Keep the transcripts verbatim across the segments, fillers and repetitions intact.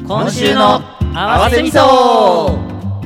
今週の合わせ味噌。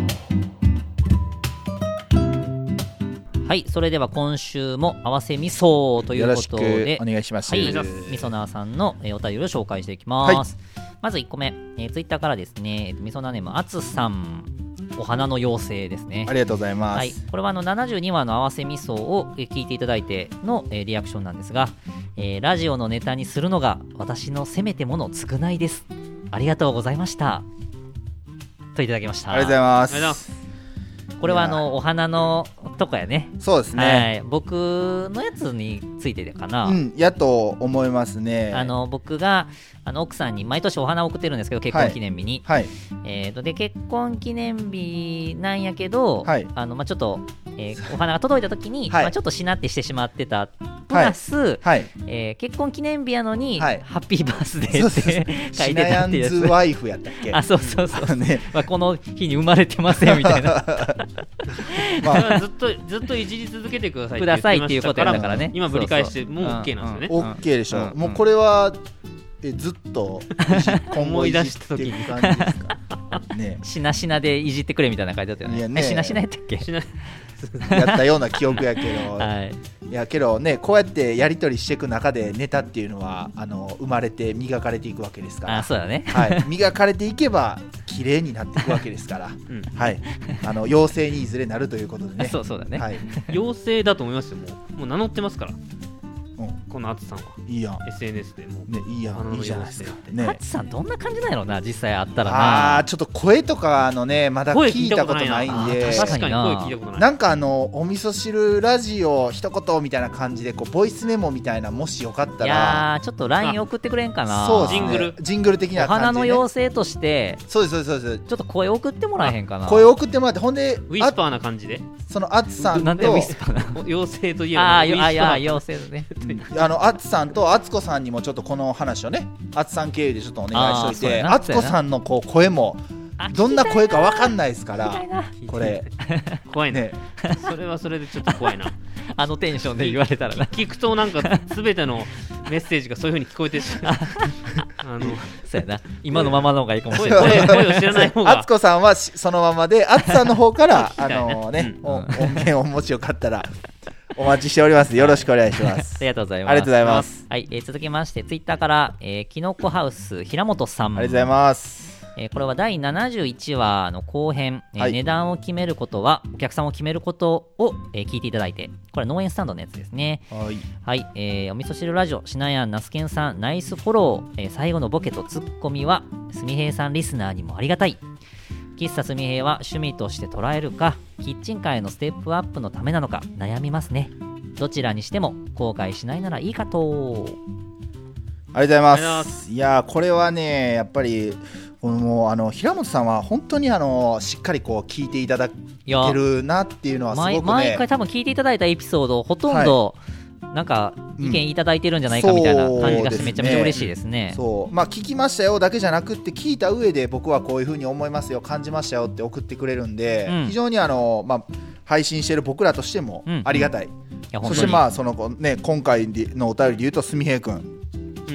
はい、それでは今週も合わせ味噌ということでよろしくお願いします。 はい、味噌ナーさんのお便りを紹介していきます、はい、まずいっこめ、えー、ツイッターからですね、味噌ナーネームあつさん、お花の妖精ですね。 ありがとうございます、 はい、これはあのななじゅうにわの合わせ味噌を聞いていただいての、えー、リアクションなんですが、えー、ラジオのネタにするのが私のせめてもの償いです。ありがとうございましたといただきました。 ありがとうございます。ありがとうございます。 これはあのお花のとかやね。 そうですね、 はい、僕のやつについてかな、 うん、やと思いますね。 あの僕があの奥さんに毎年お花を送ってるんですけど、結婚記念日に、はいはい、えー、とで結婚記念日なんやけど、はい、あのまあ、ちょっと、えー、お花が届いた時に、はい、まあ、ちょっとしなってしてしまってたプラス、はいはい、えー、結婚記念日やのに、はい、ハッピーバースデーって書いてたっていうやつ。 シナヤンズワイフやったっけ。 あ、そうそうそう、ね、まあ、この日に生まれてませんみたいなまあ、ずっとずっといじり続けてくださいって言ってましたから、 くださいっていうことやだからね。 今ぶり返してもう OK なんですよね。 うんうん、OK でしょ、うん、もうこれはえずっと思い出した時に感じですかね。 しなしなでいじってくれみたいな感じだったよね。いやね、しなしなやったっけ。しなやったような記憶やけど、 はい、 いやけどね、こうやってやり取りしていく中でネタっていうのはあの生まれて磨かれていくわけですから。 あ、そうだね、 はい、磨かれていけば綺麗になっていくわけですから、うん、はい、あの妖精にいずれなるということでね。 そうそうだね、 はい、妖精だと思いますよ。もう、もう名乗ってますから、うん、このあつさんはいいやんエスエヌエス でもう、ね、いいやん、いいじゃないですか、ね、 あつさんどんな感じなんやろうな、実際あったらな。 あー、ちょっと声とかのねまだ聞いたことないんで。 確かに声聞いたことない。 なんかあのお味噌汁ラジオ一言みたいな感じでこうボイスメモみたいな、もしよかったら、いやーちょっと ライン 送ってくれんかな。 そうですね、 ジングルジングル的な感じで、ね、 お花の妖精として。 そうですそうですそうです。 ちょっと声送ってもらえへんかな。 声送ってもらって、ほんでウィスパーな感じで、 そのあつさんと、 なんでウィスパーな妖精といえばあーあいや妖精ねあのあつさんとあつこさんにもちょっとこの話をね、あつさん経由でちょっとお願いしといて、あつこさんのこう声もどんな声か分かんないですから、これ怖いね。それはそれでちょっと怖いな。 あのテンションで言われたらな。 聞くとなんか全てのメッセージがそういう風に聞こえてしまう。あのそうやな、今のままの方がいいかもしれない。 声を知らない方が。 あつこさんはそのままで、あつさんの方からあのね、うん、音源をもしよかったらお待ちしております。よろしくお願いします。 ありがとうございます。 ありがとうございます。 はい、えー、続きましてツイッターから、えー、きのこハウス平本さん、 ありがとうございます。 えー、これはだいななじゅういちわの後編、えーはい、値段を決めることはお客さんを決めることを、えー、聞いていただいて、これは農園スタンドのやつですね。 はい、 はい、えー、お味噌汁ラジオしなやんなすけんさんナイスフォロー、えー、最後のボケとツッコミはすみへいさんリスナーにもありがたい。喫茶すみへいは趣味として捉えるかキッチンカーへのステップアップのためなのか悩みますね。どちらにしても後悔しないならいいかと。 ありがとうございます。いやこれはね、やっぱりもうあの平本さんは本当にあのしっかりこう聞いていただけるなっていうのはすごくね、 毎回多分聞いていただいたエピソードほとんど、はい、なんか意見いただいてるんじゃないかみたいな感じがしてめちゃめちゃ嬉しいですね。 そう、まあ、聞きましたよだけじゃなくって聞いた上で僕はこういう風に思いますよ、感じましたよって送ってくれるんで、うん、非常にあの、まあ、配信してる僕らとしてもありがたい、うんうん、そしてまあその、ね、今回のお便りで言うとすみへいくん、うん、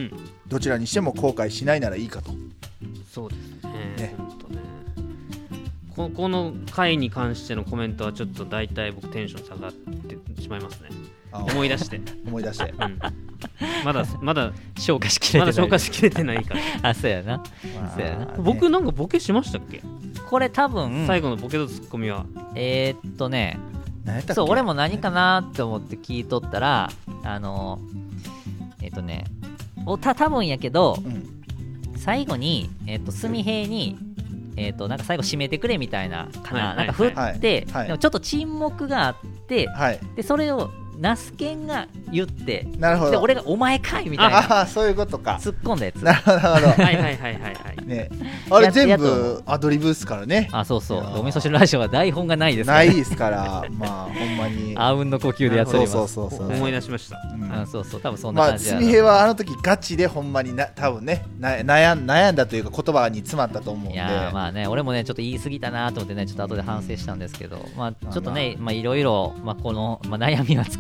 どちらにしても後悔しないならいいかと。 そうですね、ね、本当ね。こ, この回に関してのコメントはちょっと大体僕テンション下がってしまいますね。思い出して思い出して、うん、 まだまだ消化しきれてない、 まだ消化しきれてないからあ、そうやな、そうやな、ね、 僕なんかボケしましたっけ。 これ多分最後のボケとツッコミはえー、っとねそう俺も何かなって思って聞いとったら、あのえー、っとねおた多分やけど、うん、最後にえー、っとすみへいにえー、となんか最後締めてくれみたいなかな、はい、なんか振って、はいはい、でもちょっと沈黙があって、はい、でそれをナスケンが言って、なるほど、で俺がお前かいみたいな、 ああそういうことか、 突っ込んだやつ。 なるほどなるほどはいはいはいはいはいね、あれ全部アドリブですからね。 あ、そうそう、お味噌汁ラジオは台本がないですから、 ないですからまあほんまにあうんの呼吸でやっております。 そうそうそうそう、思い出しました、 うん、あそうそう、多分そんな感じだ。 まあすみへいはあの時ガチでほんまにな多分ねな悩ん悩んだというか言葉に詰まったと思うんで、いやまあね、俺もねちょっと言い過ぎたなと思ってね、ちょっと後で反省したんですけど、まあちょっとね、まあいろいろまあこの、まあ、悩みは尽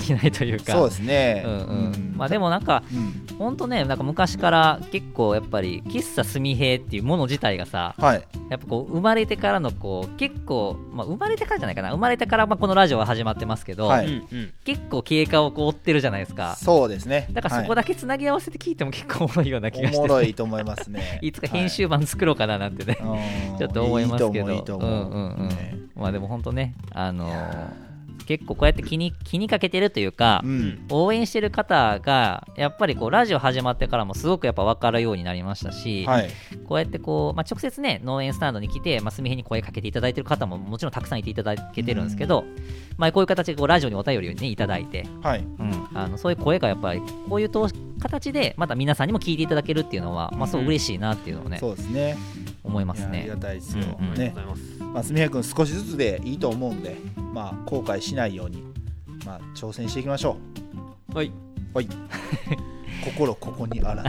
きないというかそうですね、 うんうんうんまあ、でもなんか、うん、ほんとねなんか昔から結構やっぱり喫茶すみへいっていうもの自体がさ、はい、やっぱこう生まれてからのこう結構、まあ、生まれてからじゃないかな生まれてからまあこのラジオは始まってますけど、はい、結構経過をこう追ってるじゃないですか。 そうですね。 だからそこだけつなぎ合わせて聞いても結構おもろいような気がして、 おもろいと思いますねいつか編集版作ろうかななんてね、はい、ちょっと思いますけどいいと思ういいと思う、うんうんうんね、まあでも本当ねあのー結構こうやって気に気にかけてるというか、うん、応援してる方がやっぱりこうラジオ始まってからもすごくやっぱ分かるようになりましたし、はい、こうやってこう、まあ、直接ね農園スタンドに来て、まあ、すみへに声かけていただいてる方ももちろんたくさんいていただけてるんですけど、うんまあ、こういう形でこうラジオにお便りを、ね、いただいて、はいうん、あのそういう声がやっぱりこういう形でまた皆さんにも聞いていただけるっていうのは、まあ、すごく嬉しいなっていうのをね、 そうですね思いますね。 ありがたいですよ、うんうんねまあ、すみへくん少しずつでいいと思うんで、まあ、後悔しないようにまあ、挑戦していきましょう。はいはい心ここにあらず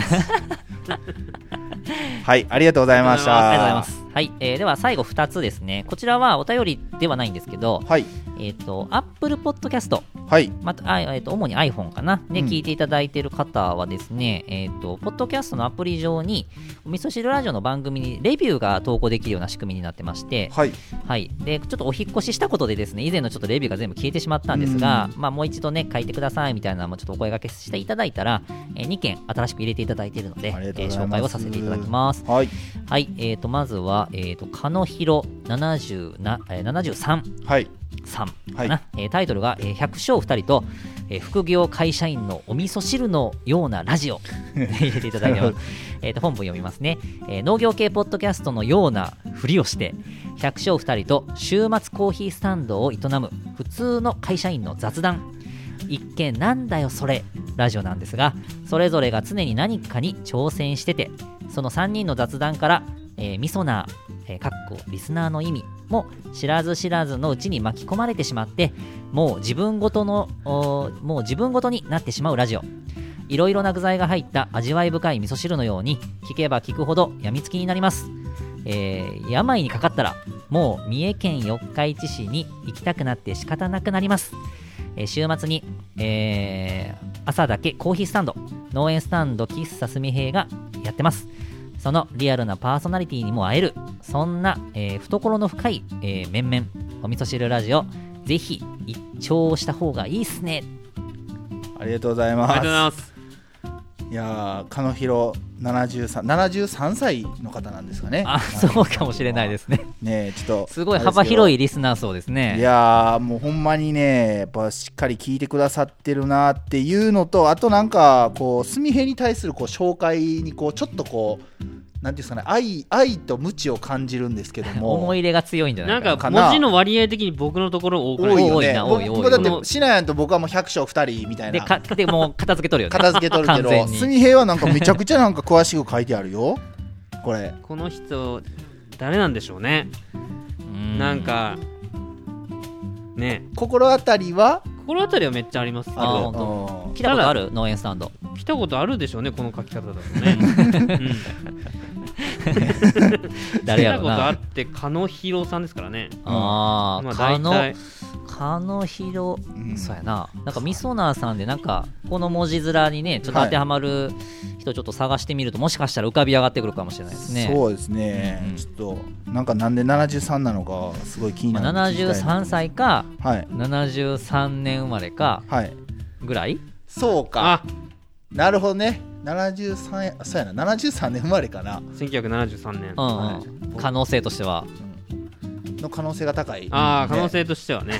はいありがとうございましたありがとうございます。はい、えー、では最後ふたつですね。こちらはお便りではないんですけど、はいえー、と Apple Podcast、はいまたあえー、と主に iPhone かなで、うん、聞いていただいている方はですね、えー、とポッドキャストのアプリ上にお味噌汁ラジオの番組にレビューが投稿できるような仕組みになってまして、はいはい、でちょっとお引っ越ししたことでですね以前のちょっとレビューが全部消えてしまったんですが、うんまあ、もう一度ね書いてくださいみたいなのもちょっとお声掛けしていただいたら、えー、にけん新しく入れていただいているので、えー、紹介をさせていただきます。はい、はいえー、とまずは、えー、とかのひろななじゅうな、えー、ななじゅうさん、はいさんかなはいえー、タイトルが、えー、百姓ふたりと、えー、副業会社員のお味噌汁のようなラジオ入れていただいてますえと本文読みますね、えー、農業系ポッドキャストのようなふりをして百姓ふたりと週末コーヒースタンドを営む普通の会社員の雑談一見なんだよそれラジオなんですがそれぞれが常に何かに挑戦しててそのさんにんの雑談から、えー、みそなー、えー、かっこリスナーの意味も知らず知らずのうちに巻き込まれてしまってもう自分ごとのもう自分ごとになってしまうラジオいろいろな具材が入った味わい深い味噌汁のように聞けば聞くほどやみつきになります、えー、病にかかったらもう三重県四日市市に行きたくなって仕方なくなります、えー、週末に、えー、朝だけコーヒースタンド農園スタンド喫茶すみへいがやってます。そのリアルなパーソナリティにも会えるそんな、えー、懐の深い、えー、面々お味噌汁ラジオぜひ一聴した方がいいっすね。 ありがとうございます。 ありがとうございます。 いやー、かのひろななじゅうさん、ななじゅうさんさいの方なんですかね。 あ、そうかもしれないですね。 ね、ちょっとすごい幅広いリスナー層ですね。 いやー、もうほんまにね、やっぱしっかり聞いてくださってるなっていうのと、あとなんかこうすみへに対するこう紹介にこうちょっとこうなんていうんですかね、愛, 愛と無知を感じるんですけども思い入れが強いんじゃないかな。 なんか文字の割合的に僕のところ多くない？ 多いよね。 多い多い僕だってシナヤンと僕はもう百姓ふたりみたいなでかでもう片付けとるよね。 片付けとるけどすみへはなんかめちゃくちゃなんか詳しく書いてあるよ。これこの人誰なんでしょうね。んなんかね、 心当たりは心当たりはめっちゃありますけど。あ、 本当。来たことある？農園スタンド来たことあるでしょうね、この書き方だとね。うん誰やろうな。来たことあってかのひろさんですからね。 ああ、まあ、かのかのひろ、うん、そうやな。なんかみそなーさんでなんかこの文字面にねちょっと当てはまる人ちょっと探してみると、はい、もしかしたら浮かび上がってくるかもしれないですね。 そうですね、うん、ちょっとなんかなんでななじゅうさんなのかすごい気になる。 ななじゅうさんさいか、はい、ななじゅうさんねん生まれか、はい、ぐらい。 そうか、なるほどね。ななじゅうさん、そうやな、ななじゅうさんねん生まれかな。 せんきゅうひゃくななじゅうさんねん、 うんうんはい、可能性としては、 うん、の可能性が高い。 ああ、可能性としてはね。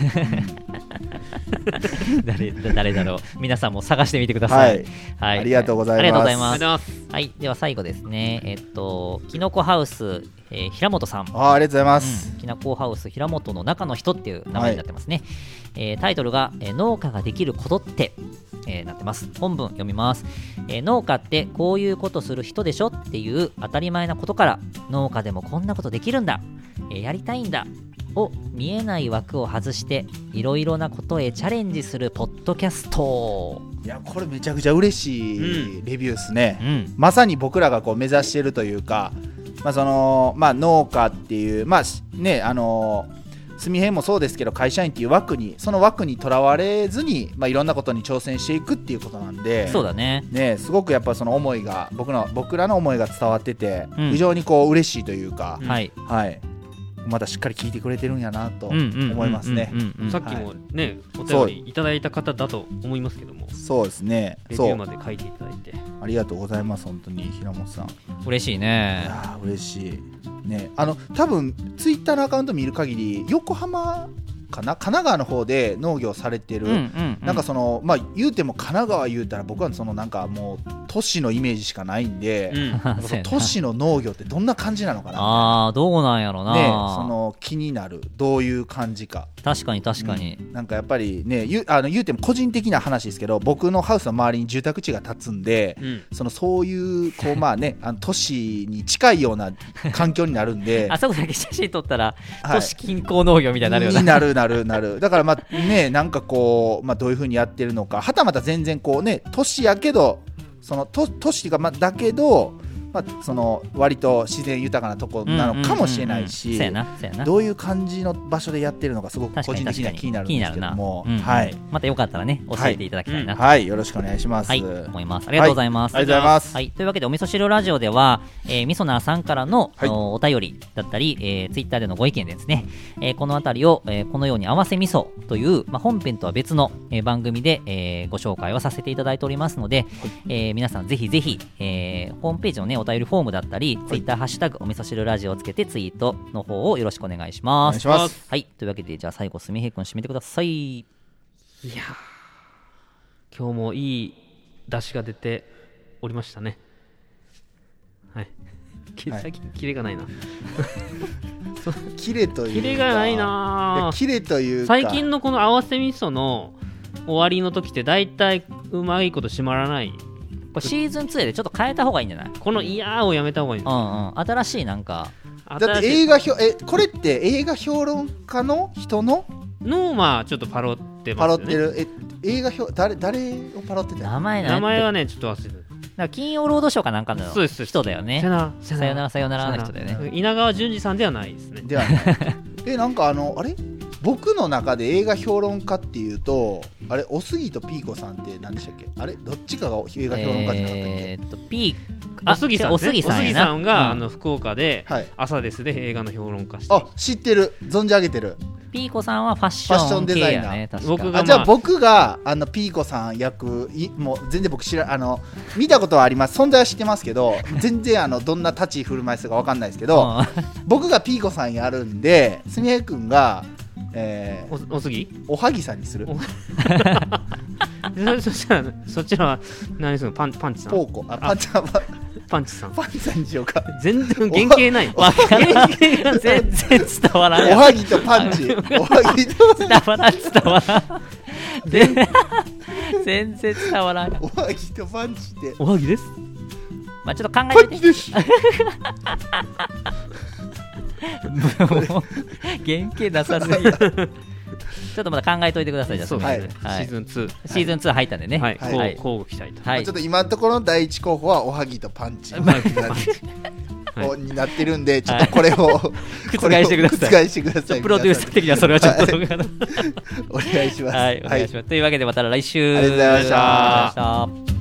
誰, 誰だろう。皆さんも探してみてください。はい、 はい、ありがとうございます。 ありがとうございます。はい、では最後ですね。えっときのこハウス、えー、平本さん。 あ, ありがとうございます。 うん、きのこハウス平本の中の人っていう名前になってますね。はいえー、タイトルが、えー、農家ができることって。えー、なってます。本文読みます、えー、農家ってこういうことする人でしょっていう当たり前なことから農家でもこんなことできるんだ、えー、やりたいんだを見えない枠を外していろいろなことへチャレンジするポッドキャスト。 いやこれめちゃくちゃ嬉しいレビューですね、うん、まさに僕らがこう目指しているというか、まあそのまあ、農家っていうまあねあのー住編もそうですけど会社員っていう枠にその枠にとらわれずに、まあ、いろんなことに挑戦していくっていうことなんでそうだね。 ねすごくやっぱその思いが僕の僕らの思いが伝わってて、うん、非常にこう嬉しいというか、 はい、 はい、またしっかり聞いてくれてるんやなと思いますね。 さっきもね、はい、お便りいただいた方だと思いますけども、 そうですね、 レビューまで書いていただいてありがとうございます。本当に平本さん嬉しいね。 いや嬉しいね。あの多分ツイッターのアカウント見る限り横浜かな神奈川の方で農業されてる、うんうんうん、なんかそのまあ言うても神奈川言うたら僕はそのなんかもう都市のイメージしかないんで、うん、なんかその都市の農業ってどんな感じなのかなあーどうなんやろな、 ね、その気になるどういう感じか。 確かに確かに、 うん、なんかやっぱりね言う、あの言うても個人的な話ですけど僕のハウスの周りに住宅地が建つんで、うん、そのそういうこうまあねあの都市に近いような環境になるんであそこだけ写真撮ったら、はい、都市近郊農業みたいになるようなになるなるなるだからまあねなんかこう、まあ、どういう風にやってるのかはたまた全然こうね都市やけどその都都市がまあだけどまあ、その割と自然豊かなとこなのかもしれないしどういう感じの場所でやってるのかすごく個人的には気になるんですけども、うんうんはい、 またよかったらね教えていただきたいなと、 はいはい、よろしくお願いします、 はい、思います。ありがとうございます、 はい、ありがとうございます、 はい、というわけでお味噌汁ラジオでは、えー、みそなーさんからの、はい、お便りだったり、えー、ツイッターでのご意見ですね、えー、このあたりを、えー、このように合わせみそという、まあ、本編とは別の、えー、番組で、えー、ご紹介をさせていただいておりますので、はいえー、皆さんぜひぜひ、えー、ホームページのねお便りフォームだったりツイッターハッシュタグお味噌汁ラジオをつけてツイートの方をよろしくお願いします。 お願いします。 はい、というわけでじゃあ最後すみへいくん締めてください。 いや今日もいい出汁が出ておりましたね。はい。最近キレがないな。 キレというか。 キレがないな。 キレというか。 最近のこの合わせ味噌の終わりの時ってだいたいうまいこと締まらない。 これシーズンツーでちょっと変えた方がいいんじゃない？ このいやーをやめた方がいいんだ、 うんうん、新しいなんかだって映画えこれって映画評論家の人ののまあちょっとパロってますよね。 パロってるえ映画評誰誰をパロってた名前名前はねちょっと忘れてる。 なんか金曜ロードショーかなんかの人だよね。 さよならさよならさよならの人だよね。 稲川淳二さんではないですね。 ではないえなんかあのあれ僕の中で映画評論家っていうとあれおすぎとピーコさんって何でしたっけあれどっちかが映画評論家じゃなかったっけえー、っとピーおすぎさん、ね、おすぎさんやなおすぎさんが、 うん、 あの福岡で、はい、朝ですで映画の評論家してあ知ってる存じ上げてる。 ピーコさんはファッション系やね。確か僕が、まあ、じゃあ僕があのピーコさん役いもう全然僕知らあの見たことはあります存在は知ってますけど全然あのどんな立ち振る舞いするか分かんないですけど僕がピーコさんやるんですみへいくんがえー、お, おすぎおはぎさんにするそ, そしたらそっちらは何するのパンパンチさんポーコあパンチさんパンチさんパンチさんにしようか。 全然原型ないわかんない全然伝わらないおはぎとパンチおはぎと伝わらん伝わらん全然伝わらんおはぎとパンチっておはぎです。 まあちょっと考えてみてもう原型なさすぎるちょっとまだ考えといてください。じゃあ、 はいはい、シーズンツーシーズンツー入ったんでね、 はいはいはい、交互期待と、 はい、ちょっと今のところの第一候補はおはぎとパンチになってるんでちょっとこれを覆してください。 覆してください。 プロデュース的にはそれはちょっとお願いします。 はい、お願いします。というわけでまた来週。 ありがとうございました。